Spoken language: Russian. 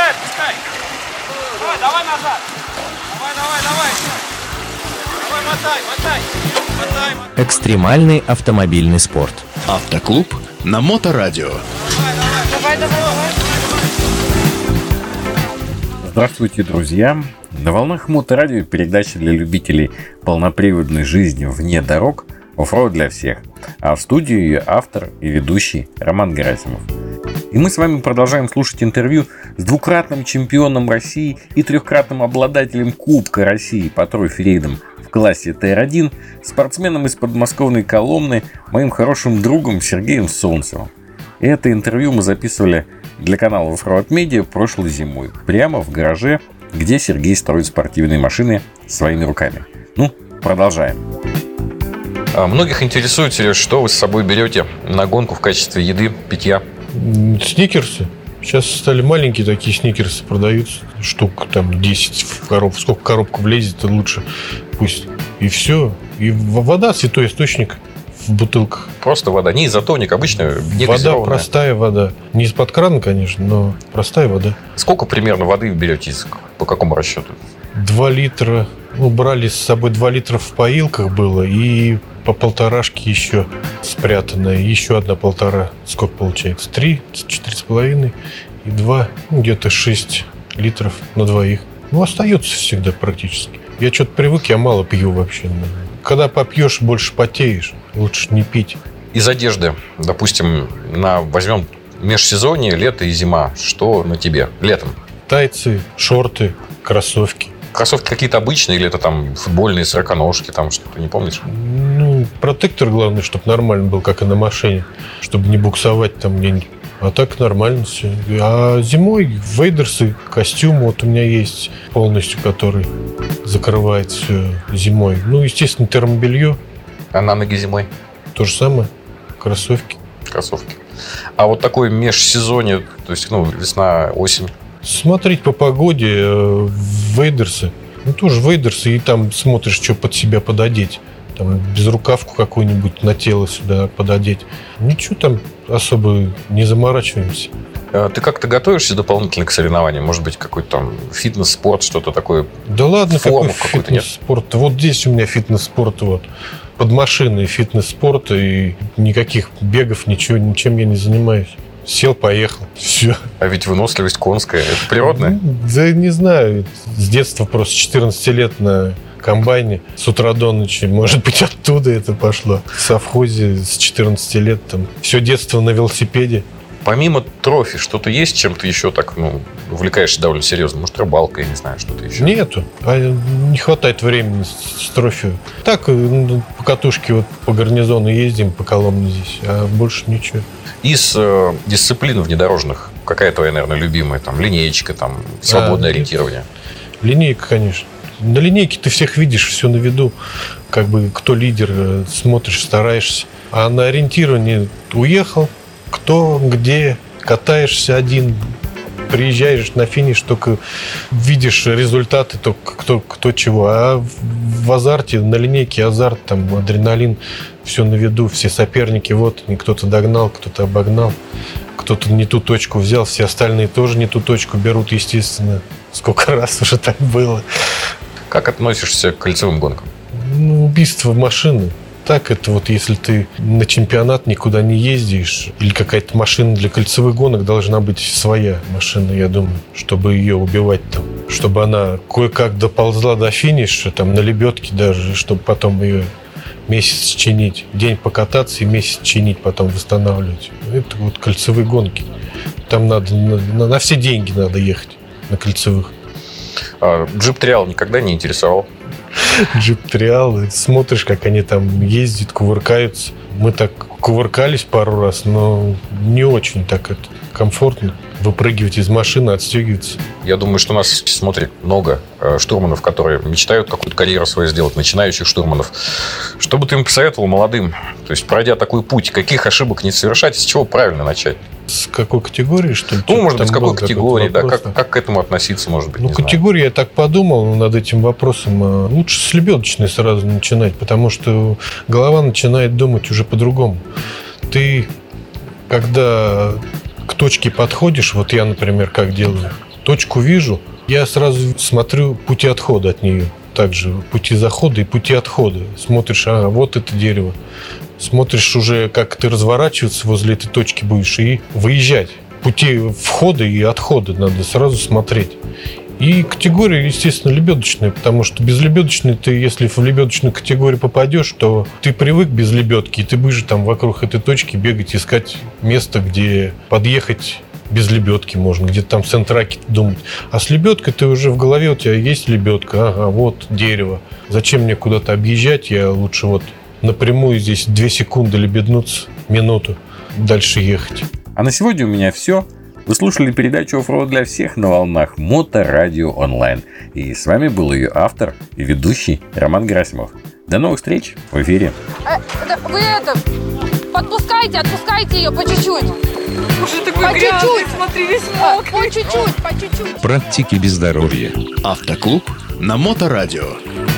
отпускай. Давай назад. Давай. Мотай. Экстремальный автомобильный спорт. Автоклуб на Моторадио. Давай. Здравствуйте, друзья! На волнах Моторадио передача для любителей полноприводной жизни вне дорог «Оффроуд для всех». А в студии ее автор и ведущий Роман Герасимов. И мы с вами продолжаем слушать интервью с двукратным чемпионом России и трехкратным обладателем Кубка России по трофи-рейдам в классе ТР-1, спортсменом из подмосковной Коломны, моим хорошим другом Сергеем Солнцевым. И это интервью мы записывали для канала Offroad Media прошлой зимой, прямо в гараже, где Сергей строит спортивные машины своими руками. Ну, продолжаем. Многих интересует, Сереж, что вы с собой берете на гонку в качестве еды, питья? Сникерсы. Сейчас стали маленькие такие сникерсы, продаются. Штук там 10 в коробку. Сколько коробка влезет, то лучше пусть. И все. И вода, святой источник в бутылках. Просто вода, не изотоник, обычная, не вода, газированная. простая вода. Не из-под крана, конечно, но простая вода. Сколько примерно воды берете, по какому расчету? 2 литра. Брали с собой 2 литра в поилках было. И по полторашке еще спрятанная. Еще одна полтора. Сколько получается? 3, 4,5 и 2. Где-то 6 литров на двоих. Остается всегда практически. Я что-то привык, я мало пью вообще. Когда попьешь, больше потеешь. Лучше не пить. Из одежды, допустим, возьмем межсезонье, лето и зима. Что на тебе летом? Тайцы, шорты, кроссовки. Кроссовки какие-то обычные или это там футбольные сороконожки, там что-то, не помнишь? Протектор главное, чтобы нормально был, как и на машине. Чтобы не буксовать там где-нибудь. А так нормально все. А зимой вейдерсы, костюм вот у меня есть полностью, который закрывает все зимой. Естественно, термобелье. А на ноги зимой? То же самое. Кроссовки. А вот такое межсезонье, то есть весна, осень? Смотреть по погоде, вейдерсы. Тоже вейдерсы, и там смотришь, что под себя пододеть. Там безрукавку какую-нибудь на тело сюда пододеть. Ничего там особо не заморачиваемся. Ты как-то готовишься дополнительно к соревнованиям? Может быть, какой-то там фитнес-спорт, что-то такое? Да ладно, форму какой фитнес-спорт? Вот здесь у меня фитнес-спорт под машиной фитнес-спорт, и никаких бегов, ничем я не занимаюсь. Сел, поехал. Все. А ведь выносливость конская. Это природная? Да не знаю. С детства просто 14 лет на комбайне с утра до ночи. Может быть, оттуда это пошло. В совхозе с 14 лет. Там все детство на велосипеде. Помимо трофи, что-то есть, чем ты еще так увлекаешься довольно серьезно? Может, рыбалка, я не знаю, что-то еще? Нету. Не хватает времени с трофи. Так, по катушке по гарнизону ездим, по Коломне здесь, а больше ничего. Из дисциплин внедорожных, какая твоя, наверное, любимая? Там линеечка, там свободное ориентирование? Линейка, конечно. На линейке ты всех видишь, все на виду. Как бы кто лидер, смотришь, стараешься. А на ориентировании уехал, кто, где, катаешься один, приезжаешь на финиш, только видишь результаты, только кто чего. А в азарте, на линейке азарт, там адреналин, все на виду, все соперники, кто-то догнал, кто-то обогнал, кто-то не ту точку взял, все остальные тоже не ту точку берут, естественно. Сколько раз уже так было. Как относишься к кольцевым гонкам? Убийство машины. Так, это если ты на чемпионат никуда не ездишь, или какая-то машина для кольцевых гонок должна быть своя машина, я думаю, чтобы ее убивать там. Чтобы она кое-как доползла до финиша, там, на лебедке даже, чтобы потом ее месяц чинить. День покататься и месяц чинить, потом восстанавливать. Это кольцевые гонки. Там надо на все деньги надо ехать на кольцевых. Джип Триал никогда не интересовал? Джип Триал, смотришь, как они там ездят, кувыркаются. Мы так кувыркались пару раз, но не очень так комфортно. Выпрыгивать из машины, отстегиваться. Я думаю, что у нас смотрит много штурманов, которые мечтают какую-то карьеру свою сделать, начинающих штурманов. Что бы ты им посоветовал молодым? То есть, пройдя такой путь, каких ошибок не совершать, с чего правильно начать? С какой категории, что ли? Может быть, с какой категории, да, как к этому относиться, может быть, категории, я так подумал над этим вопросом. Лучше с лебедочной сразу начинать, потому что голова начинает думать уже по-другому. Ты, когда к точке подходишь, я, например, как делаю, точку вижу, я сразу смотрю пути отхода от нее. Также пути захода и пути отхода. Смотришь, вот это дерево. Смотришь уже, как ты разворачиваться возле этой точки будешь и выезжать. Пути входа и отхода надо сразу смотреть. И категория, естественно, лебедочная, потому что без лебедочной ты, если в лебедочную категорию попадешь, то ты привык без лебедки, и ты будешь там вокруг этой точки бегать, искать место, где подъехать без лебедки можно, где-то там в центраке думать. А с лебедкой ты уже в голове, у тебя есть лебедка, ага, вот дерево. Зачем мне куда-то объезжать? Я лучше вот напрямую здесь 2 секунды лебеднуться, минуту, дальше ехать. А на сегодня у меня все. Вы слушали передачу «Оффроуд для всех» на волнах Моторадио онлайн. И с вами был ее автор и ведущий Роман Герасимов. До новых встреч в эфире. Вы отпускайте ее по чуть-чуть. Уже такой грязный, смотри, весь мокрый. По чуть-чуть. Практики без здоровья. Автоклуб на Моторадио.